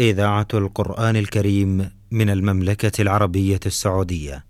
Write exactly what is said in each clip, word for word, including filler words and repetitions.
إذاعة القرآن الكريم من المملكة العربية السعودية.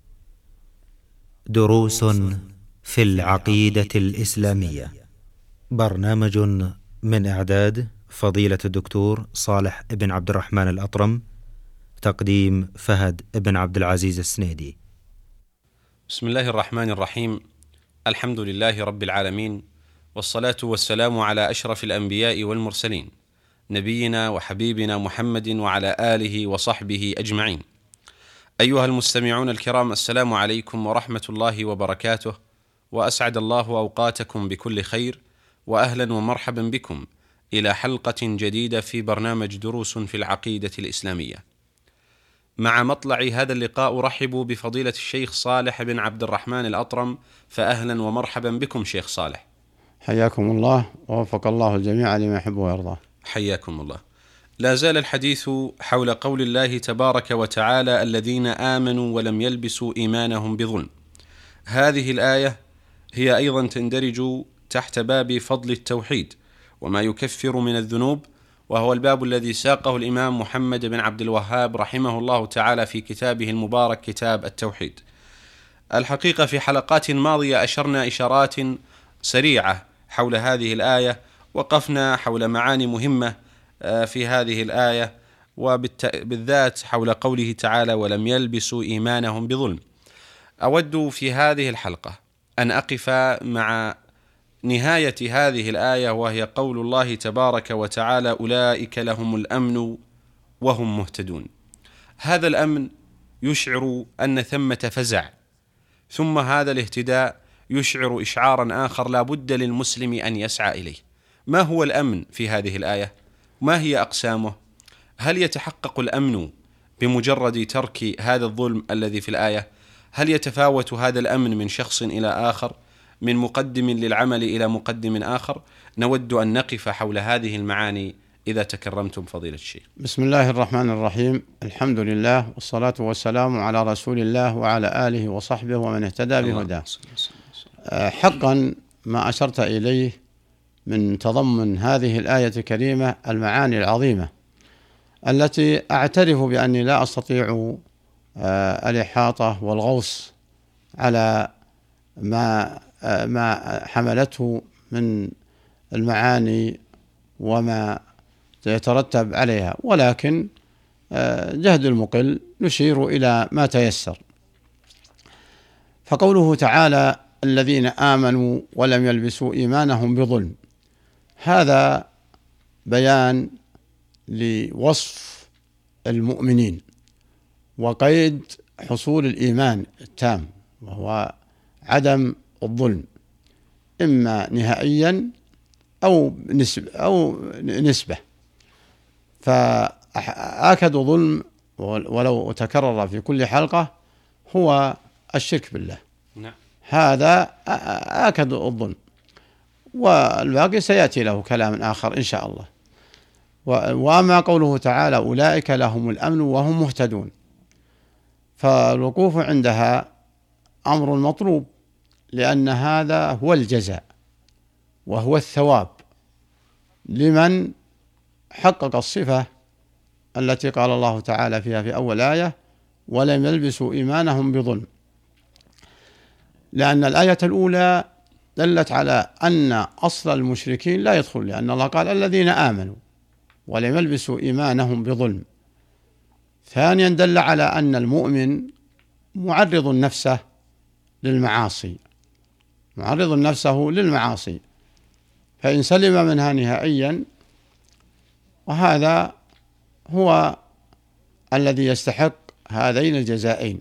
دروس في العقيدة الإسلامية. برنامج من إعداد فضيلة الدكتور صالح بن عبد الرحمن الأطرم. تقديم فهد بن عبد العزيز السنيدي. بسم الله الرحمن الرحيم. الحمد لله رب العالمين، والصلاة والسلام على أشرف الأنبياء والمرسلين، نبينا وحبيبنا محمد وعلى آله وصحبه أجمعين. أيها المستمعون الكرام، السلام عليكم ورحمة الله وبركاته، وأسعد الله أوقاتكم بكل خير، وأهلا ومرحبا بكم إلى حلقة جديدة في برنامج دروس في العقيدة الإسلامية. مع مطلع هذا اللقاء أرحب بفضيلة الشيخ صالح بن عبد الرحمن الأطرم، فأهلا ومرحبا بكم شيخ صالح. حياكم الله ووفق الله الجميع لما يحب ويرضى. حياكم الله. لا زال الحديث حول قول الله تبارك وتعالى: الذين آمنوا ولم يلبسوا إيمانهم بظلم. هذه الآية هي أيضا تندرج تحت باب فضل التوحيد وما يكفر من الذنوب، وهو الباب الذي ساقه الإمام محمد بن عبد الوهاب رحمه الله تعالى في كتابه المبارك كتاب التوحيد. الحقيقة في حلقات ماضية أشرنا إشارات سريعة حول هذه الآية، وقفنا حول معاني مهمة في هذه الآية، وبالذات حول قوله تعالى: ولم يلبسوا إيمانهم بظلم. أود في هذه الحلقة أن أقف مع نهاية هذه الآية، وهي قول الله تبارك وتعالى: أولئك لهم الأمن وهم مهتدون. هذا الأمن يشعر أن ثمة فزع، ثم هذا الاهتداء يشعر إشعارا آخر لا بد للمسلم أن يسعى إليه. ما هو الأمن في هذه الآية؟ ما هي أقسامه؟ هل يتحقق الأمن بمجرد ترك هذا الظلم الذي في الآية؟ هل يتفاوت هذا الأمن من شخص إلى آخر، من مقدم للعمل إلى مقدم آخر؟ نود أن نقف حول هذه المعاني إذا تكرمتم فضيلة الشيخ. بسم الله الرحمن الرحيم. الحمد لله والصلاة والسلام على رسول الله وعلى آله وصحبه ومن اهتدى بهداه. حقا ما أشرت إليه من تضمن هذه الآية الكريمة المعاني العظيمة التي أعترف بأني لا أستطيع الإحاطة والغوص على ما ما حملته من المعاني وما يترتب عليها، ولكن جهد المقل نشير إلى ما تيسر. فقوله تعالى: الذين آمنوا ولم يلبسوا إيمانهم بظلم، هذا بيان لوصف المؤمنين وقيد حصول الإيمان التام، وهو عدم الظلم إما نهائيا أو نسبة, أو نسبة. فآكد ظلم ولو تكرر في كل حلقة هو الشرك بالله. نعم. هذا آكد الظلم، والباقي سيأتي له كلام آخر إن شاء الله. وأما قوله تعالى: أولئك لهم الأمن وهم مهتدون، فالوقوف عندها أمر مطلوب، لأن هذا هو الجزاء وهو الثواب لمن حقق الصفة التي قال الله تعالى فيها في أول آية: ولم يلبسوا إيمانهم بظلم. لأن الآية الأولى دلت على أن أصل المشركين لا يدخل، لأن الله قال: الذين آمنوا ولم يلبسوا إيمانهم بظلم. ثانيا دل على أن المؤمن معرض نفسه للمعاصي، معرض نفسه للمعاصي، فإن سلم منها نهائيا، وهذا هو الذي يستحق هذين الجزائين.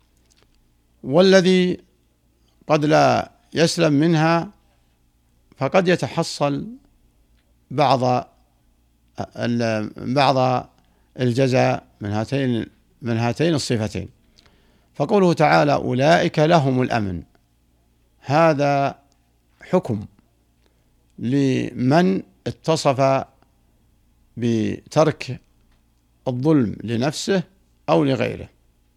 والذي قد لا يسلم منها فقد يتحصل بعض بعض الجزاء من هاتين من هاتين الصفتين. فقوله تعالى: أولئك لهم الأمن، هذا حكم لمن اتصف بترك الظلم لنفسه أو لغيره،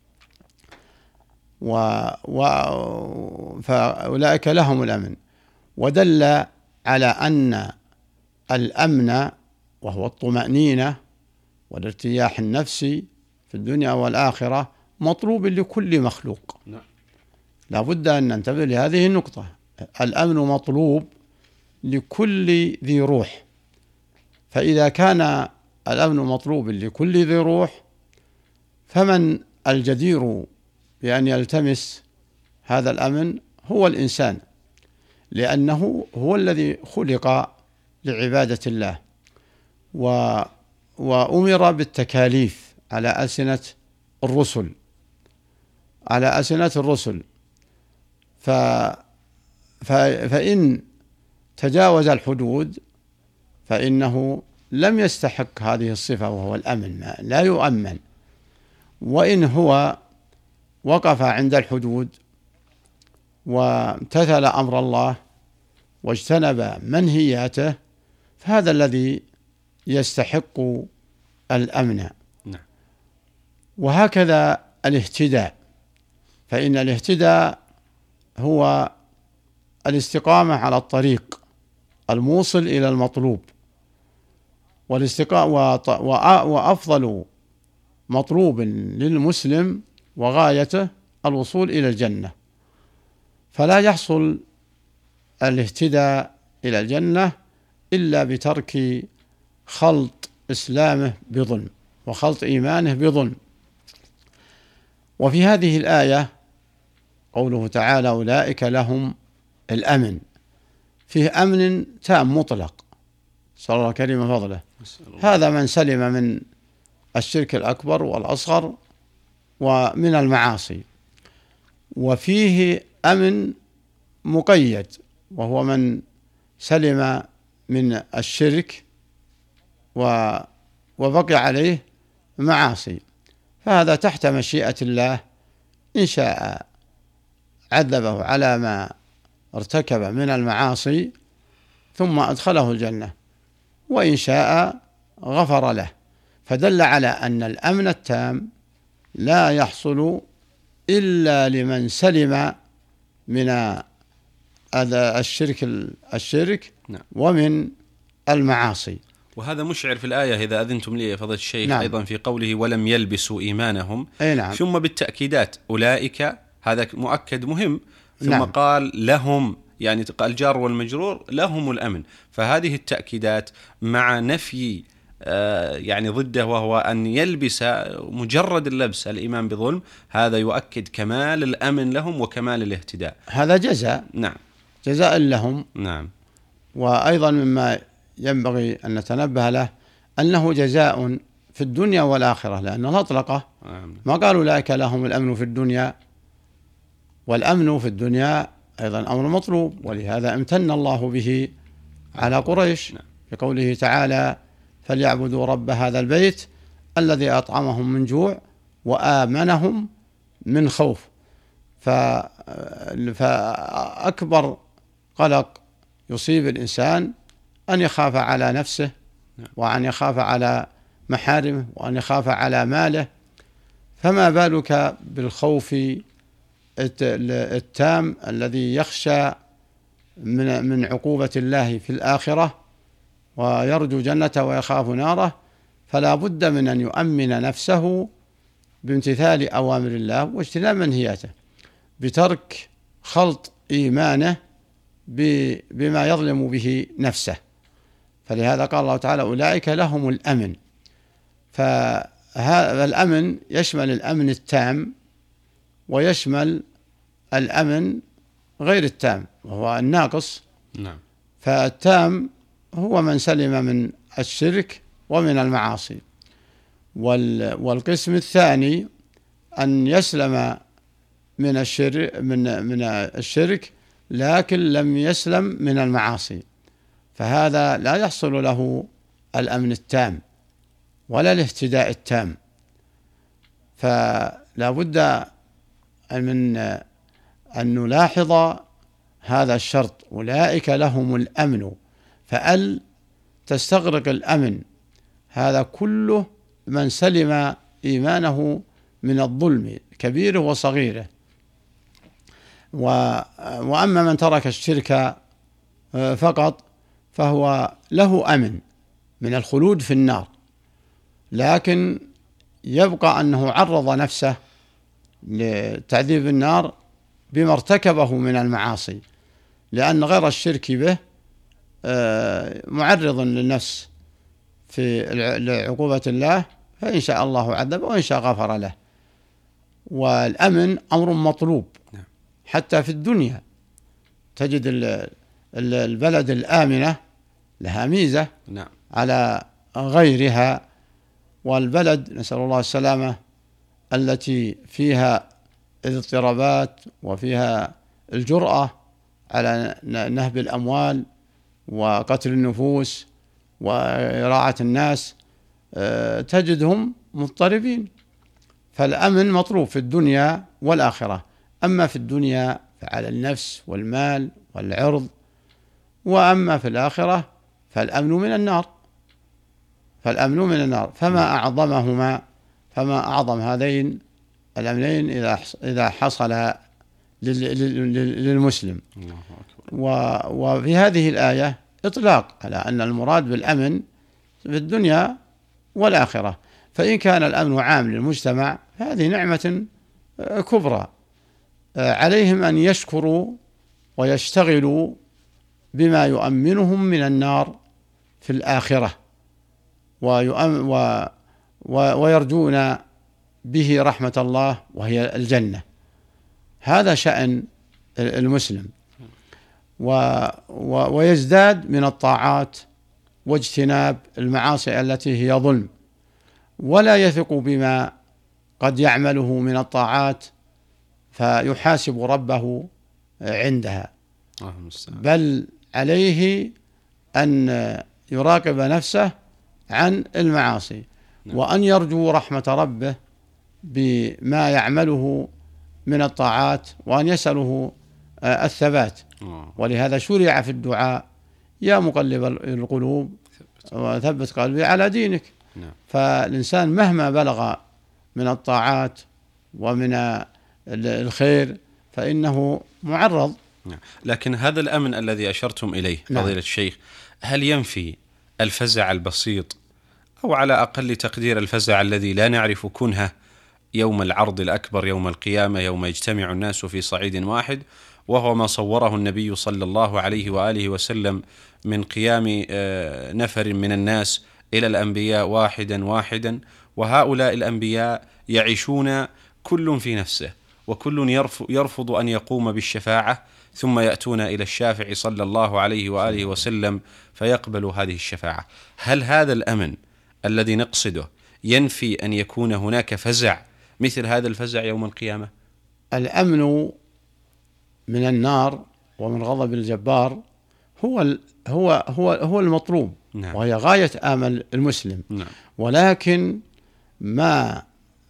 و... و... فأولئك لهم الأمن. ودل على أن الأمن وهو الطمأنينة والارتياح النفسي في الدنيا والآخرة مطلوب لكل مخلوق. نعم. لا بد أن ننتبه لهذه النقطة. الأمن مطلوب لكل ذي روح، فإذا كان الأمن مطلوب لكل ذي روح، فمن الجدير بأن يلتمس هذا الأمن هو الإنسان، لأنه هو الذي خلق لعبادة الله و وأمر بالتكاليف على ألسنة الرسل على ألسنة الرسل ف... ف... فإن تجاوز الحدود فإنه لم يستحق هذه الصفة وهو الأمن، ما لا يؤمن. وإن هو وقف عند الحدود وامتثل أمر الله واجتنب منهياته فهذا الذي يستحق الأمن. نعم. وهكذا الاهتداء، فإن الاهتداء هو الاستقامة على الطريق الموصل إلى المطلوب، والاستقامة وأفضل مطلوب للمسلم وغايته الوصول إلى الجنة، فلا يحصل الاهتداء إلى الجنة إلا بترك خلط إسلامه بظلم وخلط إيمانه بظلم. وفي هذه الآية قوله تعالى أولئك لهم الأمن، فيه أمن تام مطلق، صلى الله كريم فضله. هذا من سلم من الشرك الأكبر والأصغر ومن المعاصي. وفيه أمن مقيد وهو من سلم من الشرك وبقي عليه معاصي، فهذا تحت مشيئة الله، إن شاء عذبه على ما ارتكب من المعاصي ثم أدخله الجنة، وإن شاء غفر له. فدل على أن الأمن التام لا يحصل إلا لمن سلم من الشرك الشرك نعم. ومن المعاصي. وهذا مشعر في الآية إذا أذنتم لي يا فضيلة الشيخ. نعم. أيضا في قوله ولم يلبسوا إيمانهم. نعم. ثم بالتأكيدات أولئك، هذا مؤكد مهم. ثم نعم. قال لهم، يعني الجار والمجرور لهم الأمن. فهذه التأكيدات مع نفي آه يعني ضده وهو أن يلبس مجرد اللبس الإيمان بظلم، هذا يؤكد كمال الأمن لهم وكمال الاهتداء. هذا جزاء. نعم. جزاء لهم. نعم. وأيضا مما ينبغي أن نتنبه له أنه جزاء في الدنيا والآخرة، لأن الله أطلقه. ما قالوا أولئك لهم الأمن في الدنيا، والأمن في الدنيا أيضا أمر مطلوب، ولهذا امتن الله به على قريش بقوله تعالى فليعبدوا رب هذا البيت الذي أطعمهم من جوع وآمنهم من خوف. فأكبر قلق يصيب الإنسان أن يخاف على نفسه، وأن يخاف على محارمه، وأن يخاف على ماله، فما بالك بالخوف التام الذي يخشى من من عقوبة الله في الآخرة ويرجو جنته ويخاف ناره. فلا بد من أن يؤمن نفسه بامتثال أوامر الله واجتناب منهياته، بترك خلط إيمانه بما يظلم به نفسه. فلهذا قال الله تعالى أولئك لهم الأمن. فهذا الأمن يشمل الأمن التام ويشمل الأمن غير التام وهو الناقص. نعم. فالتام هو من سلم من الشرك ومن المعاصي. والقسم الثاني أن يسلم من الشرك من من الشرك لكن لم يسلم من المعاصي، فهذا لا يحصل له الأمن التام ولا الاهتداء التام. فلا بد من أن نلاحظ هذا الشرط أولئك لهم الأمن، فأل تستغرق الأمن، هذا كله من سلم إيمانه من الظلم كبيره وصغيره. وأما من ترك الشرك فقط فهو له أمن من الخلود في النار، لكن يبقى أنه عرض نفسه لتعذيب النار بما ارتكبه من المعاصي، لأن غير الشرك به معرض للنفس في عقوبة الله، فإن شاء الله عذب وإن شاء غفر له. والأمن أمر مطلوب حتى في الدنيا. تجد البلد الآمنة لها ميزة على غيرها، والبلد نسأل الله السلامة التي فيها الاضطرابات وفيها الجرأة على نهب الأموال وقتل النفوس وإراعة الناس تجدهم مضطربين. فالأمن مطلوب في الدنيا والآخرة. أما في الدنيا فعلى النفس والمال والعرض، وأما في الآخرة فالأمن من النار فالأمن من النار فما أعظمهما فما أعظم هذين الأمنين إذا إذا حصل للمسلم. وفي هذه الآية إطلاق على أن المراد بالأمن في الدنيا والآخرة. فإن كان الأمن عام للمجتمع فهذه نعمة كبرى، عليهم أن يشكروا ويشتغلوا بما يؤمنهم من النار في الآخرة، ويرجون به رحمة الله وهي الجنة. هذا شأن المسلم، ويزداد من الطاعات واجتناب المعاصي التي هي ظلم، ولا يثق بما قد يعمله من الطاعات فيحاسب ربه عندها، بل عليه أن يراقب نفسه عن المعاصي وأن يرجو رحمة ربه بما يعمله من الطاعات، وأن يسأله الثبات. ولهذا شرع في الدعاء: يا مقلب القلوب وثبت قلبي على دينك. فالإنسان مهما بلغ من الطاعات ومن الخير فإنه معرض. لكن هذا الأمن الذي أشرتم إليه فضيلة الشيخ، هل ينفي الفزع البسيط أو على أقل تقدير الفزع الذي لا نعرف كنهه يوم العرض الأكبر يوم القيامة، يوم يجتمع الناس في صعيد واحد، وهو ما صوره النبي صلى الله عليه وآله وسلم من قيام نفر من الناس إلى الأنبياء واحدا واحدا، وهؤلاء الأنبياء يعيشون كل في نفسه، وكل يرفض أن يقوم بالشفاعة، ثم يأتون إلى الشافع صلى الله عليه وآله وسلم فيقبل هذه الشفاعة. هل هذا الأمن الذي نقصده ينفي أن يكون هناك فزع مثل هذا الفزع يوم القيامة؟ الأمن من النار ومن غضب الجبار هو هو هو هو المطلوب. نعم. وهي غاية آمل المسلم. نعم. ولكن ما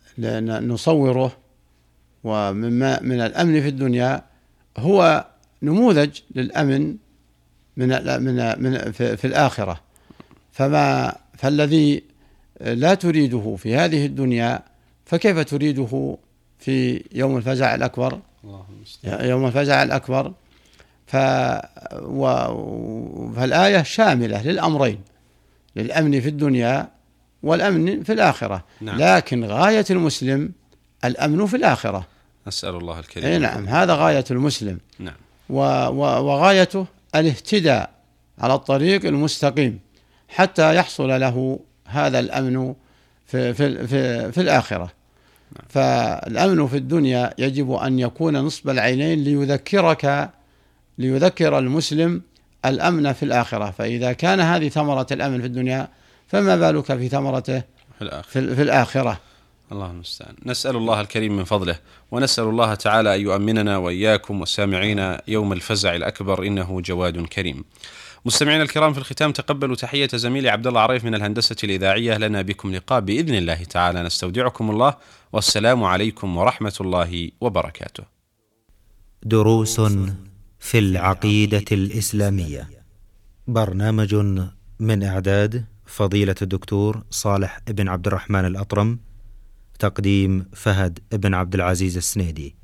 نصوره ومما من الأمن في الدنيا هو نموذج للأمن من من من في, في الآخرة. فما فالذي لا تريده في هذه الدنيا فكيف تريده في يوم الفزع الأكبر؟ يوم الفزع الأكبر. ف فالآية شاملة للأمرين، للأمن في الدنيا والأمن في الآخرة. نعم. لكن غاية المسلم الأمن في الآخرة. نسأل الله الكريم. أي نعم، هذا غاية المسلم. نعم. وغايته الاهتداء على الطريق المستقيم حتى يحصل له هذا الأمن في, في, في, في الآخرة. نعم. فالأمن في الدنيا يجب أن يكون نصب العينين ليذكرك ليذكر المسلم الأمن في الآخرة. فإذا كان هذه ثمرة الأمن في الدنيا فما بالك في ثمرته في الآخرة, في, في الآخرة. الله المستعان. نسأل الله الكريم من فضله، ونسأل الله تعالى أن يؤمننا وإياكم والسامعين يوم الفزع الأكبر، إنه جواد كريم. مستمعين الكرام، في الختام تقبلوا تحية زميلي عبد الله عريف من الهندسة الإذاعية. لنا بكم لقاء بإذن الله تعالى، نستودعكم الله، والسلام عليكم ورحمة الله وبركاته. دروس في العقيدة الإسلامية، برنامج من إعداد فضيلة الدكتور صالح بن عبد الرحمن الأطرم، تقديم فهد بن عبد العزيز السنيدي.